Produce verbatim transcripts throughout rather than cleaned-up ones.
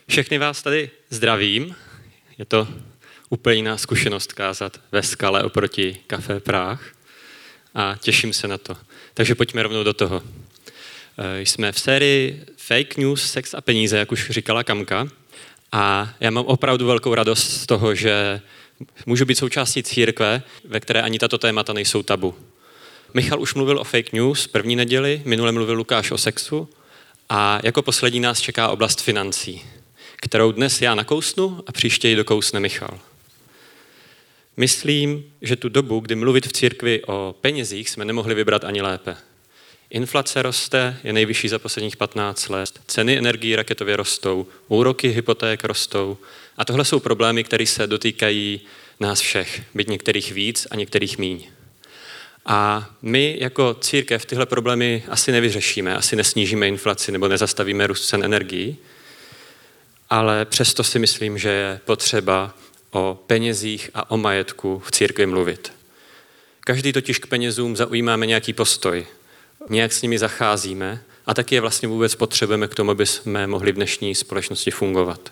Všechny vás tady zdravím. Je to úplně jiná zkušenost kázat ve Skale oproti Café Práh a těším se na to. Takže pojďme rovnou do toho. Jsme v sérii Fake News, sex a peníze, jak už říkala Kamka. A já mám opravdu velkou radost z toho, že můžu být součástí církve, ve které ani tato témata nejsou tabu. Michal už mluvil o fake news první neděli, minule mluvil Lukáš o sexu a jako poslední nás čeká oblast financí, kterou dnes já nakousnu a příště ji dokousne Michal. Myslím, že tu dobu, kdy mluvit v církvi o penězích, jsme nemohli vybrat ani lépe. Inflace roste, je nejvyšší za posledních patnáct let, ceny energií raketově rostou, úroky hypoték rostou a tohle jsou problémy, které se dotýkají nás všech, byť některých víc a některých míň. A my jako církev tyhle problémy asi nevyřešíme, asi nesnížíme inflaci nebo nezastavíme růst cen energií, ale přesto si myslím, že je potřeba o penězích a o majetku v církvi mluvit. Každý totiž k penězům zaujímáme nějaký postoj, nějak s nimi zacházíme a taky je vlastně vůbec potřebujeme k tomu, aby jsme mohli v dnešní společnosti fungovat.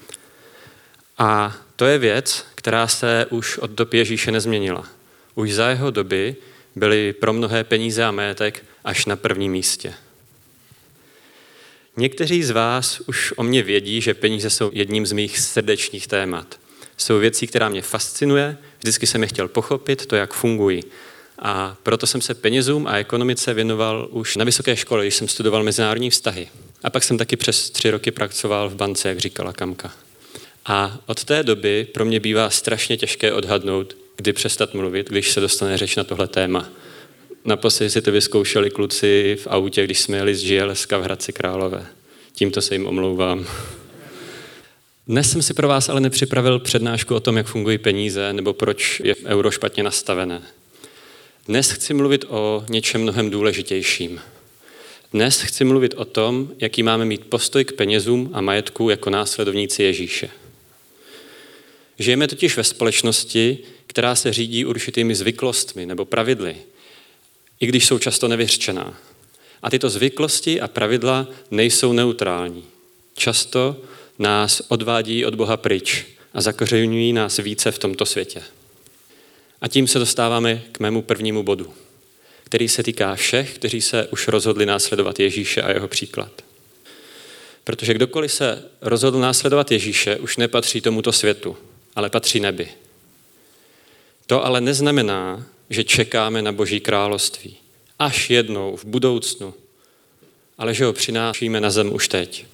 A to je věc, která se už od doby Ježíše nezměnila. Už za jeho doby byly pro mnohé peníze a majetek až na prvním místě. Někteří z vás už o mě vědí, že peníze jsou jedním z mých srdečních témat. Jsou věcí, která mě fascinuje, vždycky jsem je chtěl pochopit, to, jak fungují. A proto jsem se penězům a ekonomice věnoval už na vysoké škole, když jsem studoval mezinárodní vztahy. A pak jsem taky přes tři roky pracoval v bance, jak říkala Kamka. A od té doby pro mě bývá strašně těžké odhadnout, kdy přestat mluvit, když se dostane řeč na tohle téma. Naposledy si to vyzkoušeli kluci v autě, když jsme jeli z G L S v Hradci Králové. Tímto se jim omlouvám. Dnes jsem si pro vás ale nepřipravil přednášku o tom, jak fungují peníze, nebo proč je euro špatně nastavené. Dnes chci mluvit o něčem mnohem důležitějším. Dnes chci mluvit o tom, jaký máme mít postoj k penězům a majetku jako následovníci Ježíše. Žijeme totiž ve společnosti, která se řídí určitými zvyklostmi nebo pravidly, i když jsou často nevyřčená. A tyto zvyklosti a pravidla nejsou neutrální. Často nás odvádí od Boha pryč a zakořeňují nás více v tomto světě. A tím se dostáváme k mému prvnímu bodu, který se týká všech, kteří se už rozhodli následovat Ježíše a jeho příklad. Protože kdokoliv se rozhodl následovat Ježíše, už nepatří tomuto světu, ale patří nebi. To ale neznamená, že čekáme na Boží království. Až jednou v budoucnu, ale že ho přinášíme na zem už teď.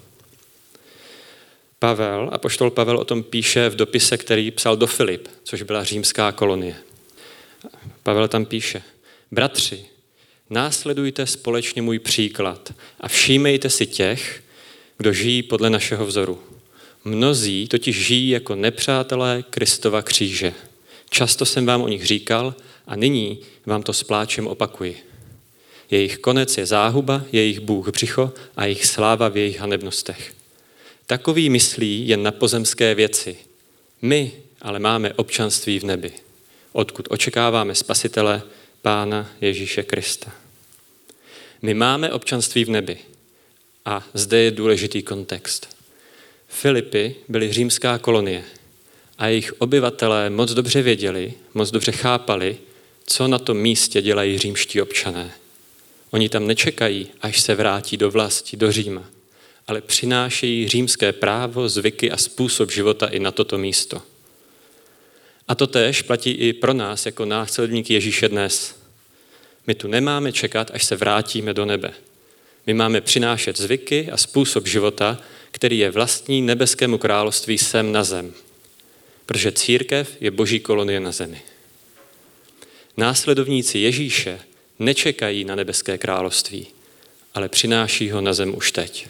Pavel, apoštol Pavel o tom píše v dopise, který psal do Filip, což byla římská kolonie. Pavel tam píše: Bratři, následujte společně můj příklad a všímejte si těch, kdo žijí podle našeho vzoru. Mnozí totiž žijí jako nepřátelé Kristova kříže. Často jsem vám o nich říkal a nyní vám to s pláčem opakuji. Jejich konec je záhuba, jejich Bůh břicho a jejich sláva v jejich hanebnostech. Takový myslí jen na pozemské věci. My ale máme občanství v nebi, odkud očekáváme Spasitele, Pána Ježíše Krista. My máme občanství v nebi a zde je důležitý kontext. Filipy byly římská kolonie a jejich obyvatelé moc dobře věděli, moc dobře chápali, co na tom místě dělají římští občané. Oni tam nečekají, až se vrátí do vlasti, do Říma, ale přinášejí římské právo, zvyky a způsob života i na toto místo. A to též platí i pro nás jako následníky Ježíše dnes. My tu nemáme čekat, až se vrátíme do nebe. My máme přinášet zvyky a způsob života, který je vlastní nebeskému království sem na zem. Protože církev je Boží kolonie na zemi. Následovníci Ježíše nečekají na nebeské království, ale přináší ho na zem už teď.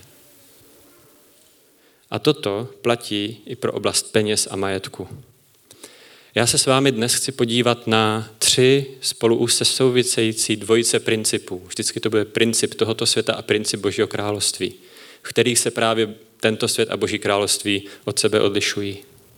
A toto platí i pro oblast peněz a majetku. Já se s vámi dnes chci podívat na tři spolu úzce související dvojice principů. Vždycky to bude princip tohoto světa a princip Božího království, v kterých se právě tento svět a Boží království od sebe odlišují.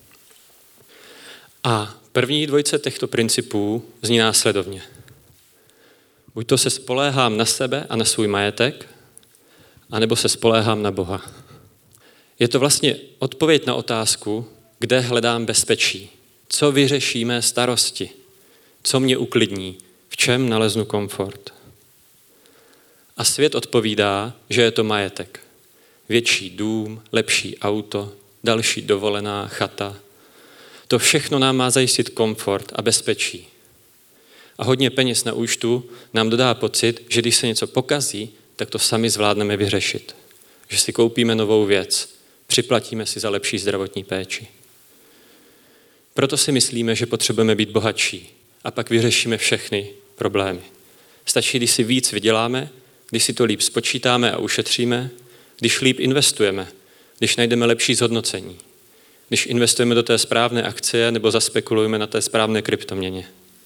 A první dvojice těchto principů zní následovně. Buď to se spoléhám na sebe a na svůj majetek, anebo se spoléhám na Boha. Je to vlastně odpověď na otázku, kde hledám bezpečí, co vyřeší mé starosti, co mě uklidní, v čem naleznu komfort. A svět odpovídá, že je to majetek. Větší dům, lepší auto, další dovolená chata. To všechno nám má zajistit komfort a bezpečí. A hodně peněz na účtu nám dodá pocit, že když se něco pokazí, tak to sami zvládneme vyřešit. Že si koupíme novou věc, připlatíme si za lepší zdravotní péči. Proto si myslíme, že potřebujeme být bohatší a pak vyřešíme všechny problémy. Stačí, když si víc vyděláme, když si to líp spočítáme a ušetříme, když líp investujeme, když najdeme lepší zhodnocení, když investujeme do té správné akcie nebo zaspekulujeme na té správné kryptoměně.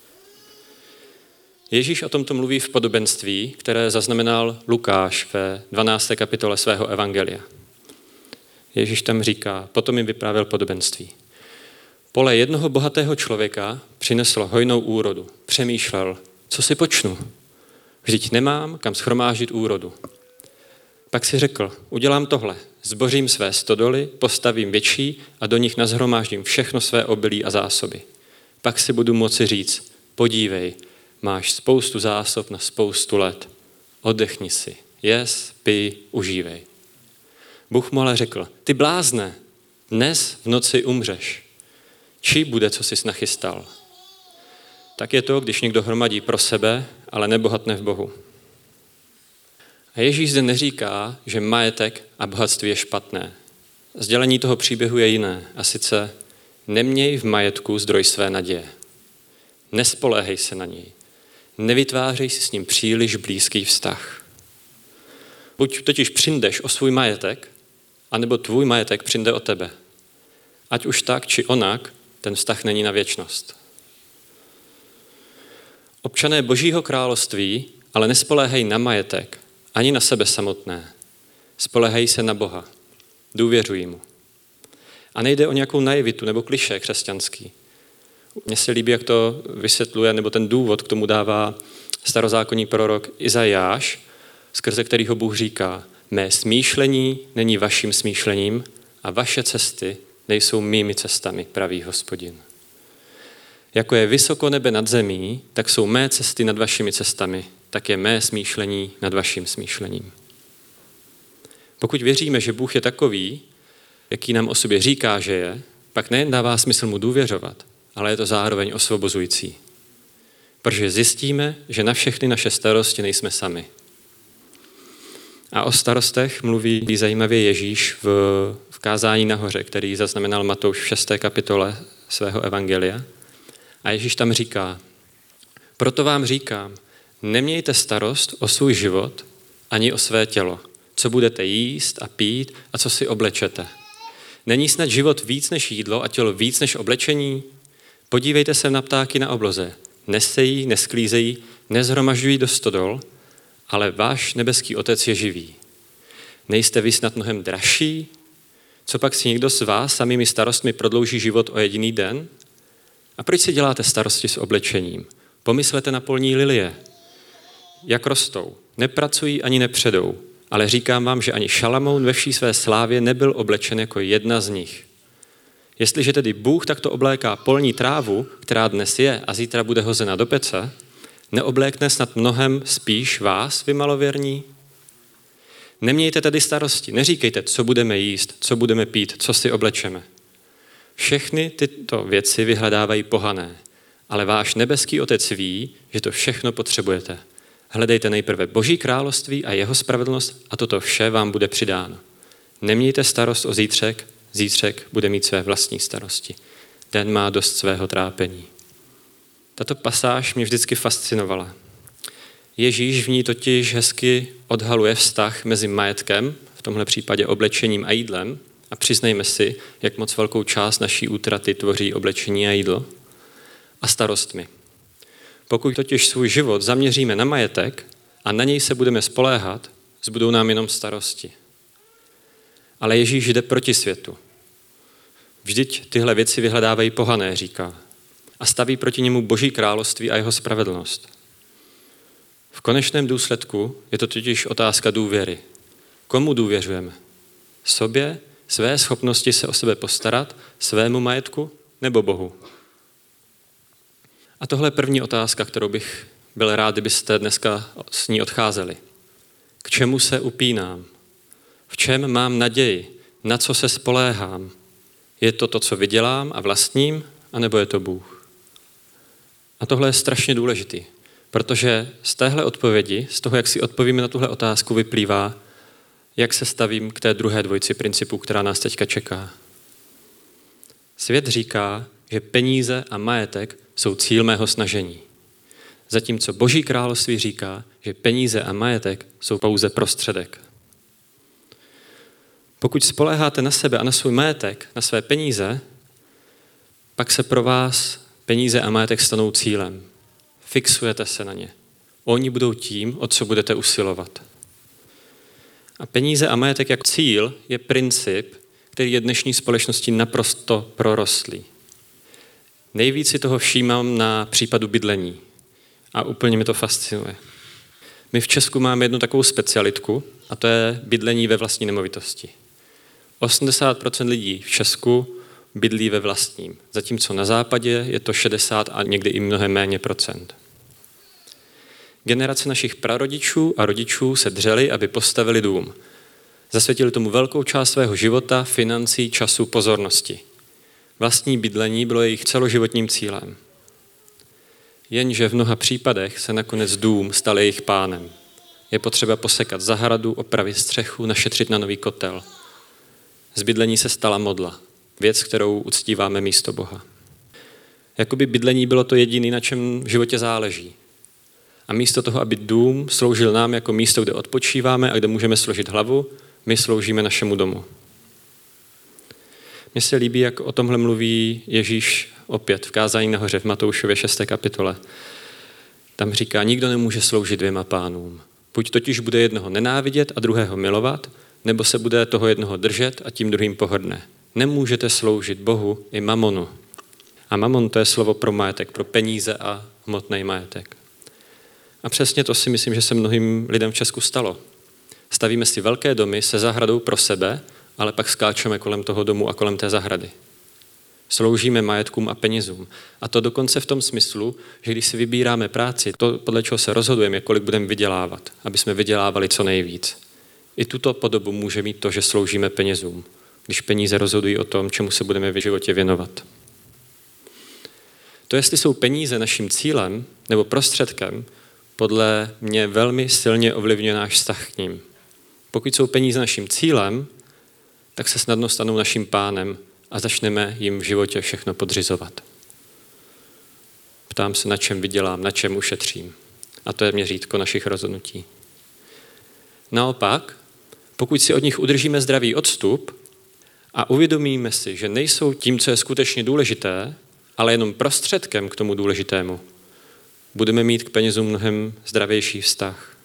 Ježíš o tomto mluví v podobenství, které zaznamenal Lukáš ve dvanácté kapitole svého evangelia. Ježíš tam říká, potom jim vyprávěl podobenství. Pole jednoho bohatého člověka přineslo hojnou úrodu. Přemýšlel, co si počnu? Vždyť nemám kam shromáždit úrodu. Pak si řekl, udělám tohle, zbořím své stodoly, postavím větší a do nich nazhromáždím všechno své obilí a zásoby. Pak si budu moci říct, podívej, máš spoustu zásob na spoustu let. Oddechni si, jes, pij, užívej. Bůh mu ale řekl, ty blázne, dnes v noci umřeš. Čí bude, co jsi nachystal? Tak je to, když někdo hromadí pro sebe, ale nebohatne v Bohu. A Ježíš zde neříká, že majetek a bohatství je špatné. Sdělení toho příběhu je jiné, a sice neměj v majetku zdroj své naděje. Nespoléhej se na něj. Nevytvářej si s ním příliš blízký vztah. Buď totiž přijdeš o svůj majetek, anebo tvůj majetek přijde o tebe. Ať už tak, či onak, ten vztah není na věčnost. Občané Božího království ale nespoléhají na majetek, ani na sebe samotné. Spoléhají se na Boha. Důvěřují mu. A nejde o nějakou naivitu nebo klišé křesťanský. Mně se líbí, jak to vysvětluje, nebo ten důvod k tomu dává starozákonní prorok Izajáš, skrze kterýho Bůh říká, mé smýšlení není vaším smýšlením a vaše cesty nejsou mými cestami, praví Hospodin. Jako je vysoko nebe nad zemí, tak jsou mé cesty nad vašimi cestami, tak je mé smýšlení nad vaším smýšlením. Pokud věříme, že Bůh je takový, jaký nám o sobě říká, že je, pak nejen dává smysl mu důvěřovat, ale je to zároveň osvobozující. Protože zjistíme, že na všechny naše starosti nejsme sami. A o starostech mluví zajímavě Ježíš v, v kázání nahoře, který zaznamenal Matouš v šesté kapitole svého evangelia. A Ježíš tam říká, proto vám říkám, nemějte starost o svůj život ani o své tělo, co budete jíst a pít a co si oblečete. Není snad život víc než jídlo a tělo víc než oblečení? Podívejte se na ptáky na obloze. Nesejí, nesklízejí, nezhromažďují do stodol, ale váš nebeský otec je živý. Nejste vy snad mnohem dražší? Co pak si někdo z vás samými starostmi prodlouží život o jediný den? A proč si děláte starosti s oblečením? Pomyslete na polní lilie. Jak rostou? Nepracují ani nepředou, ale říkám vám, že ani Šalamoun ve vší své slávě nebyl oblečen jako jedna z nich. Jestliže tedy Bůh takto obléká polní trávu, která dnes je a zítra bude hozena do pece, neoblékne snad mnohem spíš vás, vy malověrní? Nemějte tedy starosti, neříkejte, co budeme jíst, co budeme pít, co si oblečeme. Všechny tyto věci vyhledávají pohané, ale váš nebeský otec ví, že to všechno potřebujete. Hledejte nejprve Boží království a jeho spravedlnost a toto vše vám bude přidáno. Nemějte starost o zítřek, zítřek bude mít své vlastní starosti. Den má dost svého trápení. Tato pasáž mě vždycky fascinovala. Ježíš v ní totiž hezky odhaluje vztah mezi majetkem, v tomhle případě oblečením a jídlem, a přiznejme si, jak moc velkou část naší útraty tvoří oblečení a jídlo, a starostmi. Pokud totiž svůj život zaměříme na majetek a na něj se budeme spoléhat, zbudou nám jenom starosti. Ale Ježíš jde proti světu. Vždyť tyhle věci vyhledávají pohané, říká. A staví proti němu Boží království a jeho spravedlnost. V konečném důsledku je to totiž otázka důvěry. Komu důvěřujeme? Sobě, Své schopnosti se o sebe postarat, svému majetku nebo Bohu? A tohle je první otázka, kterou bych byl rád, kdybyste dneska s ní odcházeli. K čemu se upínám? V čem mám naději? Na co se spoléhám? Je to to, co vydělám a vlastním, anebo je to Bůh? A tohle je strašně důležitý, protože z téhle odpovědi, z toho, jak si odpovíme na tuhle otázku, vyplývá, jak se stavím k té druhé dvojici principů, která nás teďka čeká. Svět říká, že peníze a majetek jsou cíl mého snažení. Zatímco Boží království říká, že peníze a majetek jsou pouze prostředek. Pokud spoléháte na sebe a na svůj majetek, na své peníze, pak se pro vás peníze a majetek stanou cílem. Fixujete se na ně. Oni budou tím, o co budete usilovat. A peníze a majetek jako cíl je princip, který je dnešní společnosti naprosto prorostlý. Nejvíc si toho všímám na případu bydlení. A úplně mě to fascinuje. My v Česku máme jednu takovou specialitku, a to je bydlení ve vlastní nemovitosti. osmdesát procent lidí v Česku bydlí ve vlastním, zatímco na západě je to šedesát a někdy i mnohem méně procent. Generace našich prarodičů a rodičů se dřeli, aby postavili dům. Zasvětili tomu velkou část svého života, financí, času, pozornosti. Vlastní bydlení bylo jejich celoživotním cílem. Jenže v mnoha případech se nakonec dům stal jejich pánem. Je potřeba posekat zahradu, opravit střechu, našetřit na nový kotel. Z bydlení se stala modla. Věc, kterou uctíváme místo Boha. Jakoby bydlení bylo to jediné, na čem v životě záleží. A místo toho, aby dům sloužil nám jako místo, kde odpočíváme a kde můžeme složit hlavu, my sloužíme našemu domu. Mně se líbí, jak o tomhle mluví Ježíš opět v kázání nahoře v Matoušově šesté kapitole. Tam říká, nikdo nemůže sloužit dvěma pánům. Buď totiž bude jednoho nenávidět a druhého milovat, nebo se bude toho jednoho držet a tím druhým pohrdne. Nemůžete sloužit Bohu i mamonu. A mamon to je slovo pro majetek, pro peníze a hmotný majetek. A přesně to si myslím, že se mnohým lidem v Česku stalo. Stavíme si velké domy se zahradou pro sebe, ale pak skáčeme kolem toho domu a kolem té zahrady. Sloužíme majetkům a penězům. A to dokonce v tom smyslu, že když si vybíráme práci, to podle čeho se rozhodujeme, kolik budeme vydělávat, aby jsme vydělávali co nejvíc. I tuto podobu může mít to, že sloužíme penězům, když peníze rozhodují o tom, čemu se budeme v životě věnovat. To, jestli jsou peníze naším cílem nebo prostředkem, podle mě velmi silně ovlivňuje náš vztah k ním. Pokud jsou peníze naším cílem, tak se snadno stanou naším pánem a začneme jim v životě všechno podřizovat. Ptám se, na čem vydělám, na čem ušetřím. A to je měřítko našich rozhodnutí. Naopak, pokud si od nich udržíme zdravý odstup a uvědomíme si, že nejsou tím, co je skutečně důležité, ale jenom prostředkem k tomu důležitému, budeme mít k penězům mnohem zdravější vztah.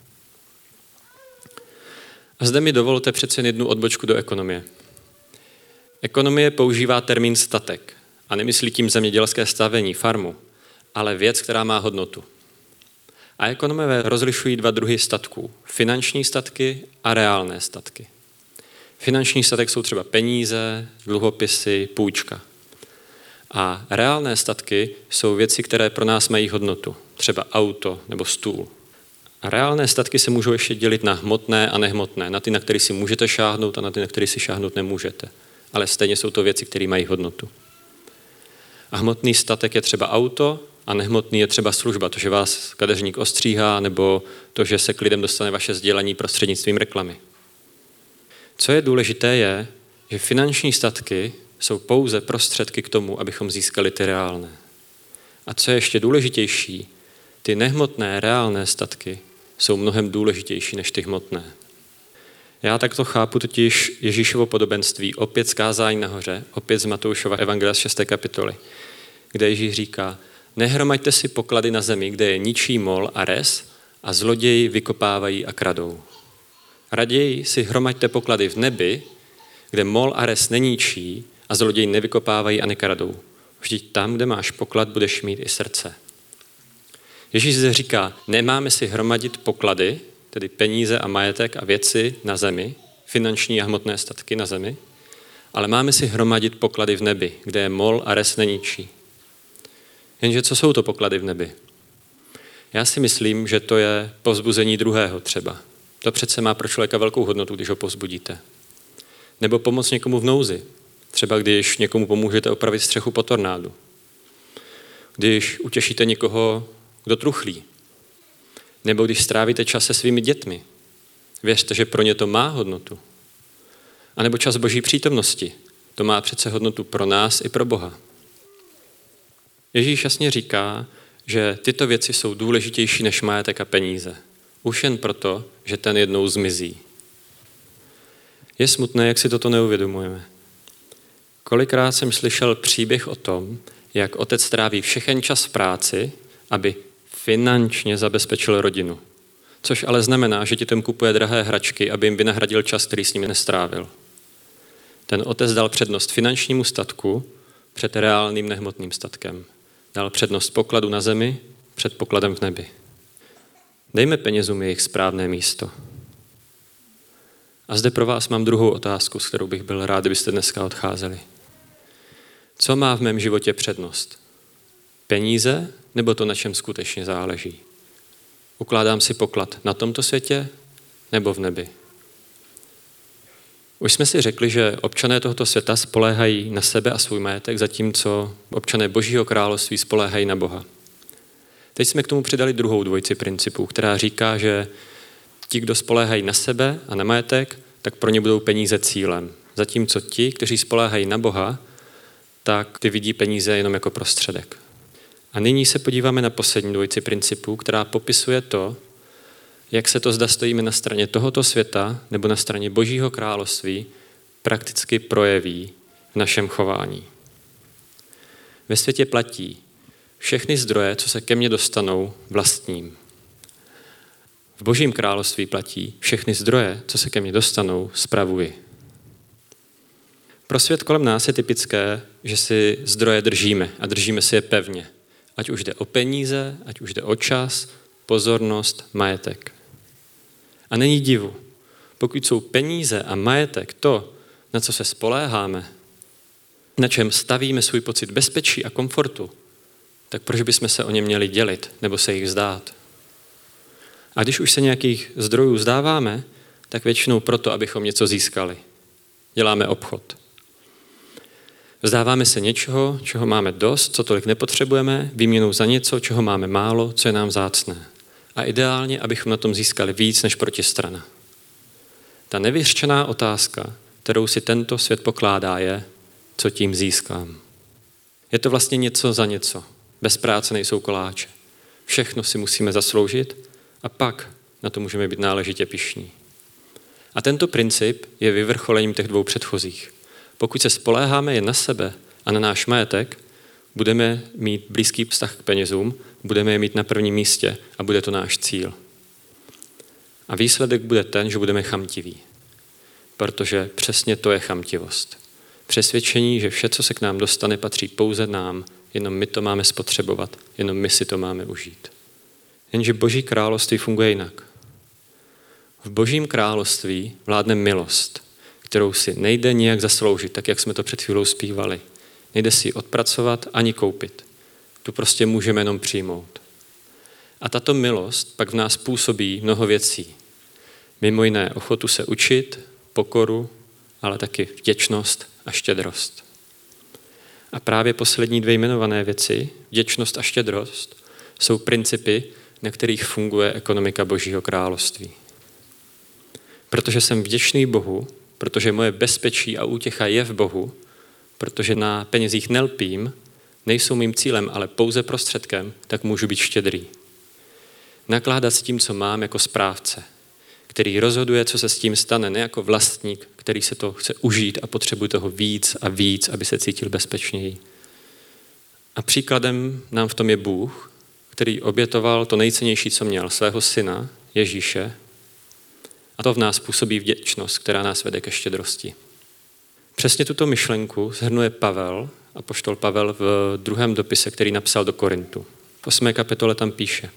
A zde mi dovolte přece jednu odbočku do ekonomie. Ekonomie používá termín statek a nemyslí tím zemědělské stavení, farmu, ale věc, která má hodnotu. A ekonomové rozlišují dva druhy statků. Finanční statky a reálné statky. Finanční statek jsou třeba peníze, dluhopisy, půjčka. A reálné statky jsou věci, které pro nás mají hodnotu. Třeba auto nebo stůl. A reálné statky se můžou ještě dělit na hmotné a nehmotné. Na ty, na které si můžete šáhnout a na ty, na které si šáhnout nemůžete. Ale stejně jsou to věci, které mají hodnotu. A hmotný statek je třeba auto a nehmotný je třeba služba, to, že vás kadeřník ostříhá nebo to, že se k lidem dostane vaše sdělení prostřednictvím reklamy. Co je důležité je, že finanční statky jsou pouze prostředky k tomu, abychom získali ty reálné. A co je ještě důležitější, ty nehmotné reálné statky jsou mnohem důležitější než ty hmotné. Já takto chápu totiž Ježíšovo podobenství, opět z kázání nahoře, opět z Matoušova evangelia z šesté kapitoly, kde Ježíš říká, nehromaďte si poklady na zemi, kde je ničí mol a res a zloději vykopávají a kradou. Raději si hromaďte poklady v nebi, kde mol a res neníčí a zloději nevykopávají a nekradou. Vždyť tam, kde máš poklad, budeš mít i srdce. Ježíš zde říká, nemáme si hromadit poklady, tedy peníze a majetek a věci na zemi, finanční a hmotné statky na zemi, ale máme si hromadit poklady v nebi, kde je mol a res neničí. Jenže co jsou to poklady v nebi? Já si myslím, že to je povzbuzení druhého třeba. To přece má pro člověka velkou hodnotu, když ho povzbudíte. Nebo pomoc někomu v nouzi. Třeba když někomu pomůžete opravit střechu po tornádu. Když utěšíte někoho, kdo truchlí. Nebo když strávíte čas se svými dětmi. Věřte, že pro ně to má hodnotu. A nebo čas Boží přítomnosti. To má přece hodnotu pro nás i pro Boha. Ježíš jasně říká, že tyto věci jsou důležitější než majetek a peníze. Už jen proto, že ten jednou zmizí. Je smutné, jak si toto neuvědomujeme. Kolikrát jsem slyšel příběh o tom, jak otec tráví všechen čas v práci, aby finančně zabezpečil rodinu. Což ale znamená, že dětem kupuje drahé hračky, aby jim vynahradil čas, který s nimi nestrávil. Ten otec dal přednost finančnímu statku před reálným nehmotným statkem. Dal přednost pokladu na zemi před pokladem v nebi. Dejme penězům jejich správné místo. A zde pro vás mám druhou otázku, s kterou bych byl rád, kdybyste dneska odcházeli. Co má v mém životě přednost? Peníze nebo to, na čem skutečně záleží? Ukládám si poklad na tomto světě nebo v nebi? Už jsme si řekli, že občané tohoto světa spoléhají na sebe a svůj majetek, zatímco občané Božího království spoléhají na Boha. Teď jsme k tomu přidali druhou dvojici principů, která říká, že ti, kdo spoléhají na sebe a na majetek, tak pro ně budou peníze cílem. Zatímco ti, kteří spoléhají na Boha, tak ty vidí peníze jenom jako prostředek. A nyní se podíváme na poslední dvojici principů, která popisuje to, jak se to, zda stojíme na straně tohoto světa nebo na straně Božího království, prakticky projeví v našem chování. Ve světě platí: všechny zdroje, co se ke mně dostanou, vlastním. V Božím království platí: všechny zdroje, co se ke mně dostanou, spravuji. Pro svět kolem nás je typické, že si zdroje držíme a držíme si je pevně. Ať už jde o peníze, ať už jde o čas, pozornost, majetek. A není divu, pokud jsou peníze a majetek to, na co se spoléháme, na čem stavíme svůj pocit bezpečí a komfortu, tak proč bychom se o ně měli dělit nebo se jich vzdát? A když už se nějakých zdrojů vzdáváme, tak většinou proto, abychom něco získali. Děláme obchod. Vzdáváme se něčeho, čeho máme dost, co tolik nepotřebujeme, výměnou za něco, čeho máme málo, co je nám vzácné. A ideálně, abychom na tom získali víc než protistrana. Ta nevyřčená otázka, kterou si tento svět pokládá, je, co tím získám. Je to vlastně něco za něco. Bez práce nejsou koláče. Všechno si musíme zasloužit a pak na to můžeme být náležitě pyšní. A tento princip je vyvrcholením těch dvou předchozích. Pokud se spoléháme jen na sebe a na náš majetek, budeme mít blízký vztah k penězům, budeme je mít na prvním místě a bude to náš cíl. A výsledek bude ten, že budeme chamtiví. Protože přesně to je chamtivost. Přesvědčení, že vše, co se k nám dostane, patří pouze nám, jenom my to máme spotřebovat, jenom my si to máme užít. Jenže Boží království funguje jinak. V Božím království vládne milost, kterou si nejde nijak zasloužit, tak jak jsme to před chvílou zpívali. Nejde si ji odpracovat ani koupit. Tu prostě můžeme jenom přijmout. A tato milost pak v nás působí mnoho věcí. Mimo jiné ochotu se učit, pokoru, ale taky vděčnost a štědrost. A právě poslední dvě jmenované věci, vděčnost a štědrost, jsou principy, na kterých funguje ekonomika Božího království. Protože jsem vděčný Bohu, protože moje bezpečí a útěcha je v Bohu, protože na penězích nelpím, nejsou mým cílem, ale pouze prostředkem, tak můžu být štědrý. Nakládat s tím, co mám, jako správce, který rozhoduje, co se s tím stane, ne jako vlastník, který se to chce užít a potřebuje toho víc a víc, aby se cítil bezpečněji. A příkladem nám v tom je Bůh, který obětoval to nejcennější, co měl, svého syna, Ježíše, a to v nás působí vděčnost, která nás vede ke štědrosti. Přesně tuto myšlenku shrnuje Pavel, apoštol Pavel v druhém dopise, který napsal do Korintu. V osmé kapitole tam píše: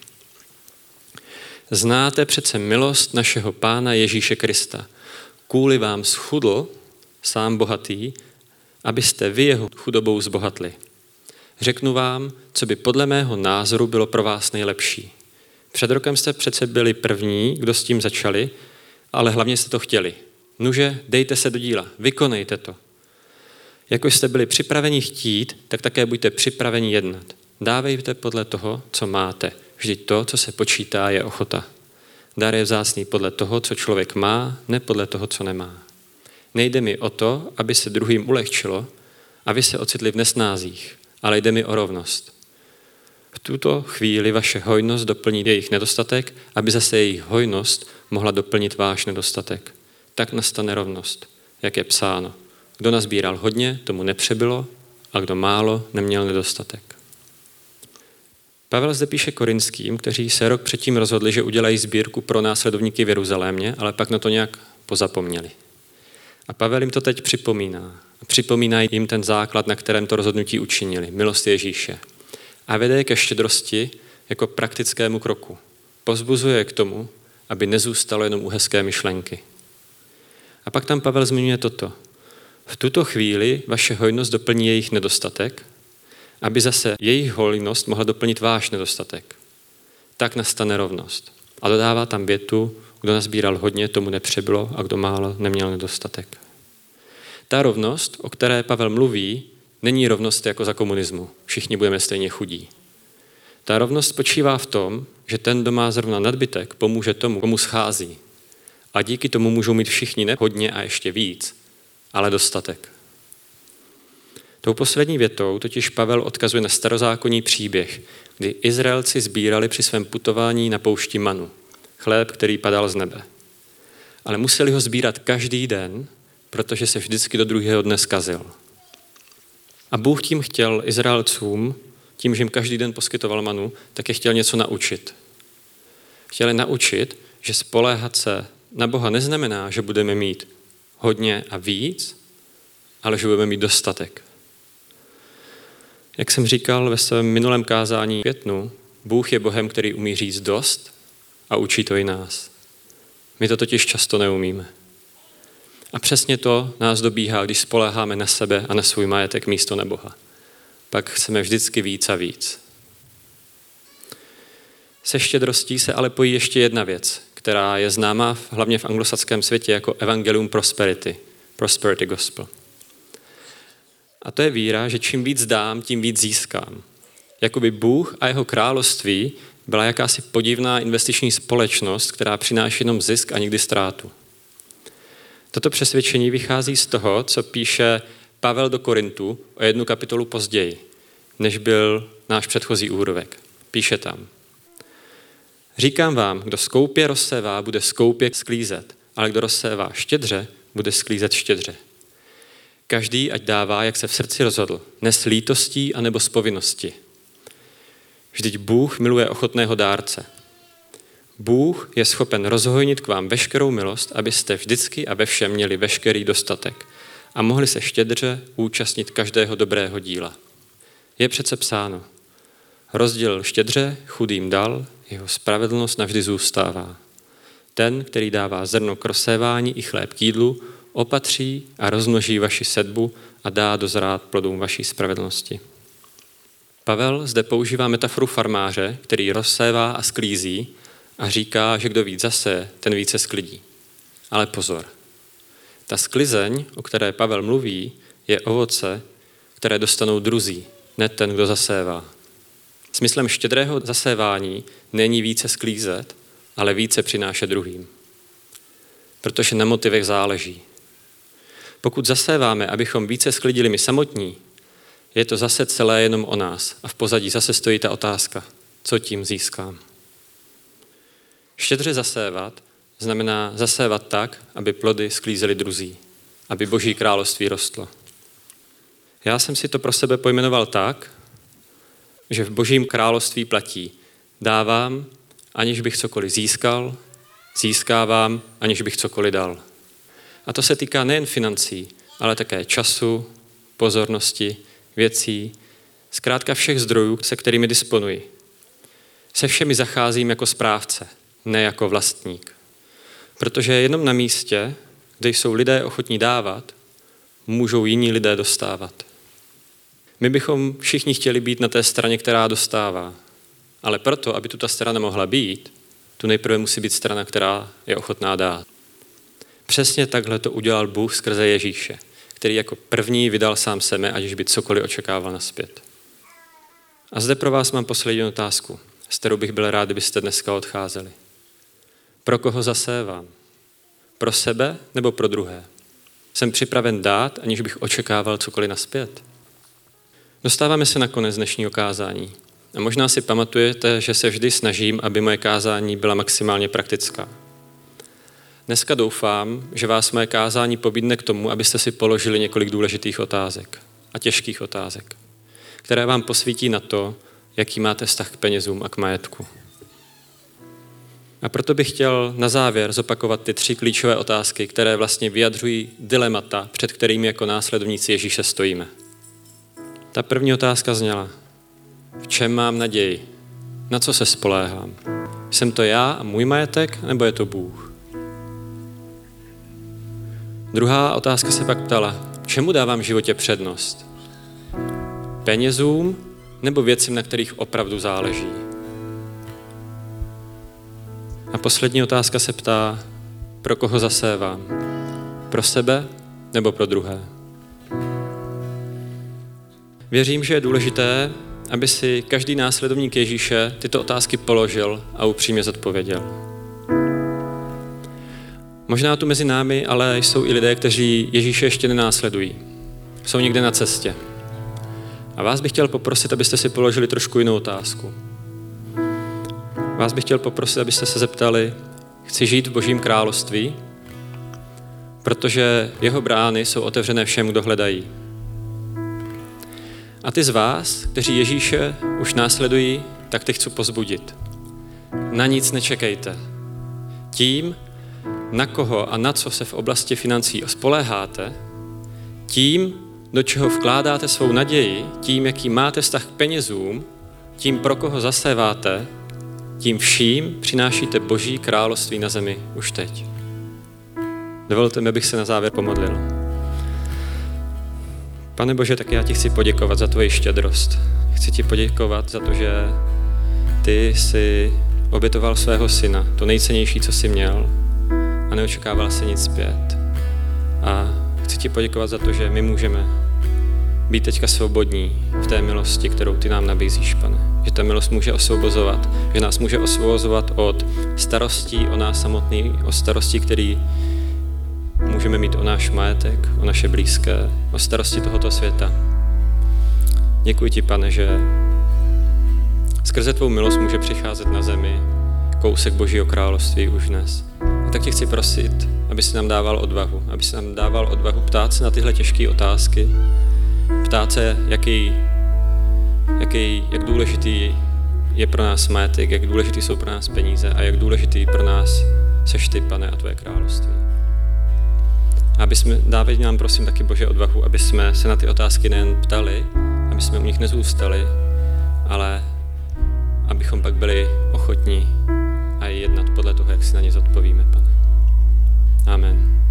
Znáte přece milost našeho Pána Ježíše Krista. Kvůli vám schudl, sám bohatý, abyste vy jeho chudobou zbohatli. Řeknu vám, co by podle mého názoru bylo pro vás nejlepší. Před rokem jste přece byli první, kdo s tím začali, ale hlavně jste to chtěli. Nuže, dejte se do díla, vykonejte to. Jako jste byli připraveni chtít, tak také buďte připraveni jednat. Dávejte podle toho, co máte. Vždyť to, co se počítá, je ochota. Dar je vzácný podle toho, co člověk má, ne podle toho, co nemá. Nejde mi o to, aby se druhým ulehčilo a vy se ocitli v nesnázích, ale jde mi o rovnost. V tuto chvíli vaše hojnost doplní jejich nedostatek, aby zase jejich hojnost mohla doplnit váš nedostatek. Tak nastane rovnost, jak je psáno. Kdo nazbíral hodně, tomu nepřebylo, a kdo málo, neměl nedostatek. Pavel zde píše Korinským, kteří se rok předtím rozhodli, že udělají sbírku pro následovníky v Jeruzalémě, ale pak na to nějak pozapomněli. A Pavel jim to teď připomíná. A připomíná jim ten základ, na kterém to rozhodnutí učinili, milost Ježíše. A vede je ke štědrosti jako praktickému kroku. Povzbuzuje je k tomu, aby nezůstalo jenom u hezké myšlenky. A pak tam Pavel zmiňuje toto. V tuto chvíli vaše hojnost doplní jejich nedostatek, aby zase jejich hojnost mohla doplnit váš nedostatek. Tak nastane rovnost. A dodává tam větu, kdo nazbíral hodně, tomu nepřebylo, a kdo málo, neměl nedostatek. Ta rovnost, o které Pavel mluví, není rovnost jako za komunismu. Všichni budeme stejně chudí. Ta rovnost spočívá v tom, že ten, kdo má zrovna nadbytek, pomůže tomu, komu schází. A díky tomu můžou mít všichni ne hodně a ještě víc, ale dostatek. Tou poslední větou totiž Pavel odkazuje na starozákonní příběh, kdy Izraelci sbírali při svém putování na poušti manu, chléb, který padal z nebe. Ale museli ho sbírat každý den, protože se vždycky do druhého dne zkazil. A Bůh tím chtěl Izraelcům, tím, že jim každý den poskytoval manu, tak je chtěl něco naučit. Chtěl je naučit, že spoléhat se na Boha neznamená, že budeme mít hodně a víc, ale že budeme mít dostatek. Jak jsem říkal ve svém minulém kázání v květnu, Bůh je Bohem, který umí říct dost a učí to i nás. My to totiž často neumíme. A přesně to nás dobíhá, když spoléháme na sebe a na svůj majetek místo na Boha. Pak chceme vždycky víc a víc. Se štědrostí se ale pojí ještě jedna věc, která je známá hlavně v anglosaském světě jako evangelium prosperity, prosperity gospel. A to je víra, že čím víc dám, tím víc získám. Jakoby Bůh a jeho království byla jakási podivná investiční společnost, která přináší jenom zisk a nikdy ztrátu. Toto přesvědčení vychází z toho, co píše Pavel do Korintu o jednu kapitolu později, než byl náš předchozí úryvek. Píše tam. Říkám vám, kdo skoupě rozsévá, bude skoupě sklízet, ale kdo rozsévá štědře, bude sklízet štědře. Každý ať dává, jak se v srdci rozhodl, ne s lítostí anebo z povinnosti. Vždyť Bůh miluje ochotného dárce. Bůh je schopen rozhojnit k vám veškerou milost, abyste vždycky a ve všem měli veškerý dostatek a mohli se štědře účastnit každého dobrého díla. Je přece psáno, rozdělil štědře, chudým dal, jeho spravedlnost navždy zůstává. Ten, který dává zrno k rozsévání i chléb k jídlu, opatří a rozmnoží vaši sedbu a dá dozrát plodům vaší spravedlnosti. Pavel zde používá metaforu farmáře, který rozsévá a sklízí a říká, že kdo víc zaseje, ten více sklidí. Ale pozor, ta sklizeň, o které Pavel mluví, je ovoce, které dostanou druzí, ne ten, kdo zasévá. Smyslem štědrého zasévání není více sklízet, ale více přinášet druhým. Protože na motivech záleží. Pokud zaséváme, abychom více sklidili my samotní, je to zase celé jenom o nás a v pozadí zase stojí ta otázka, co tím získám. Štědře zasévat znamená zasévat tak, aby plody sklízeli druzí, aby Boží království rostlo. Já jsem si to pro sebe pojmenoval tak, že v Božím království platí dávám, aniž bych cokoliv získal, získávám, aniž bych cokoliv dal. A to se týká nejen financí, ale také času, pozornosti, věcí, zkrátka všech zdrojů, se kterými disponuji. Se všemi zacházím jako správce, ne jako vlastník. Protože jenom na místě, kde jsou lidé ochotní dávat, můžou jiní lidé dostávat. My bychom všichni chtěli být na té straně, která dostává. Ale proto, aby tu ta strana mohla být, tu nejprve musí být strana, která je ochotná dát. Přesně takhle to udělal Bůh skrze Ježíše, který jako první vydal sám sebe, aniž by cokoliv očekával nazpět. A zde pro vás mám poslední otázku, s kterou bych byl rád, kdybyste dneska odcházeli. Pro koho zasévám? Pro sebe nebo pro druhé? Jsem připraven dát, aniž bych očekával cokoliv nazpět? Dostáváme se na konec dnešního kázání. A možná si pamatujete, že se vždy snažím, aby moje kázání byla maximálně praktická. Dneska doufám, že vás moje kázání pobídne k tomu, abyste si položili několik důležitých otázek a těžkých otázek, které vám posvítí na to, jaký máte vztah k penězům a k majetku. A proto bych chtěl na závěr zopakovat ty tři klíčové otázky, které vlastně vyjadřují dilemata, před kterými jako následovníci Ježíše stojíme. Ta první otázka zněla: v čem mám naději? Na co se spoléhám? Jsem to já a můj majetek, nebo je to Bůh? Druhá otázka se pak ptala: čemu dávám v životě přednost? Penězům nebo věcem, na kterých opravdu záleží? A poslední otázka se ptá: pro koho zasévám? Pro sebe nebo pro druhé? Věřím, že je důležité, aby si každý následovník Ježíše tyto otázky položil a upřímně zodpověděl. Možná tu mezi námi ale jsou i lidé, kteří Ježíše ještě nenásledují. Jsou někde na cestě. A vás bych chtěl poprosit, abyste si položili trošku jinou otázku. Vás bych chtěl poprosit, abyste se zeptali: chci žít v Božím království? Protože jeho brány jsou otevřené všem, kdo hledají. A ty z vás, kteří Ježíše už následují, tak ty chci pozbudit. Na nic nečekejte. Tím, na koho a na co se v oblasti financí spoléháte, tím, do čeho vkládáte svou naději, tím, jaký máte vztah k penězům, tím, pro koho zaséváte, tím vším přinášíte Boží království na zemi už teď. Dovolte mi, abych se na závěr pomodlil. Pane Bože, tak já ti chci poděkovat za tvoji štědrost. Chci ti poděkovat za to, že ty jsi obětoval svého syna, to nejcennější, co jsi měl, a neočekával se nic zpět. A chci ti poděkovat za to, že my můžeme být teďka svobodní v té milosti, kterou ty nám nabízíš, Pane. Že ta milost může osvobozovat, že nás může osvobozovat od starostí o nás samotný, o starostí, který můžeme mít o náš majetek, o naše blízké, o starosti tohoto světa. Děkuji ti, Pane, že skrze tvou milost může přicházet na zemi kousek Božího království už dnes. A tak tě chci prosit, aby si nám dával odvahu, aby si nám dával odvahu ptát se na tyhle těžké otázky, ptát se, jaký, jaký, jak důležitý je pro nás majetek, jak důležitý jsou pro nás peníze a jak důležitý pro nás seš ty, Pane, a tvoje království. A aby jsme, dávej nám prosím taky Bože odvahu, aby jsme se na ty otázky nejen ptali, aby jsme u nich nezůstali, ale abychom pak byli ochotní a jednat podle toho, jak si na ně zodpovíme, Pane. Amen.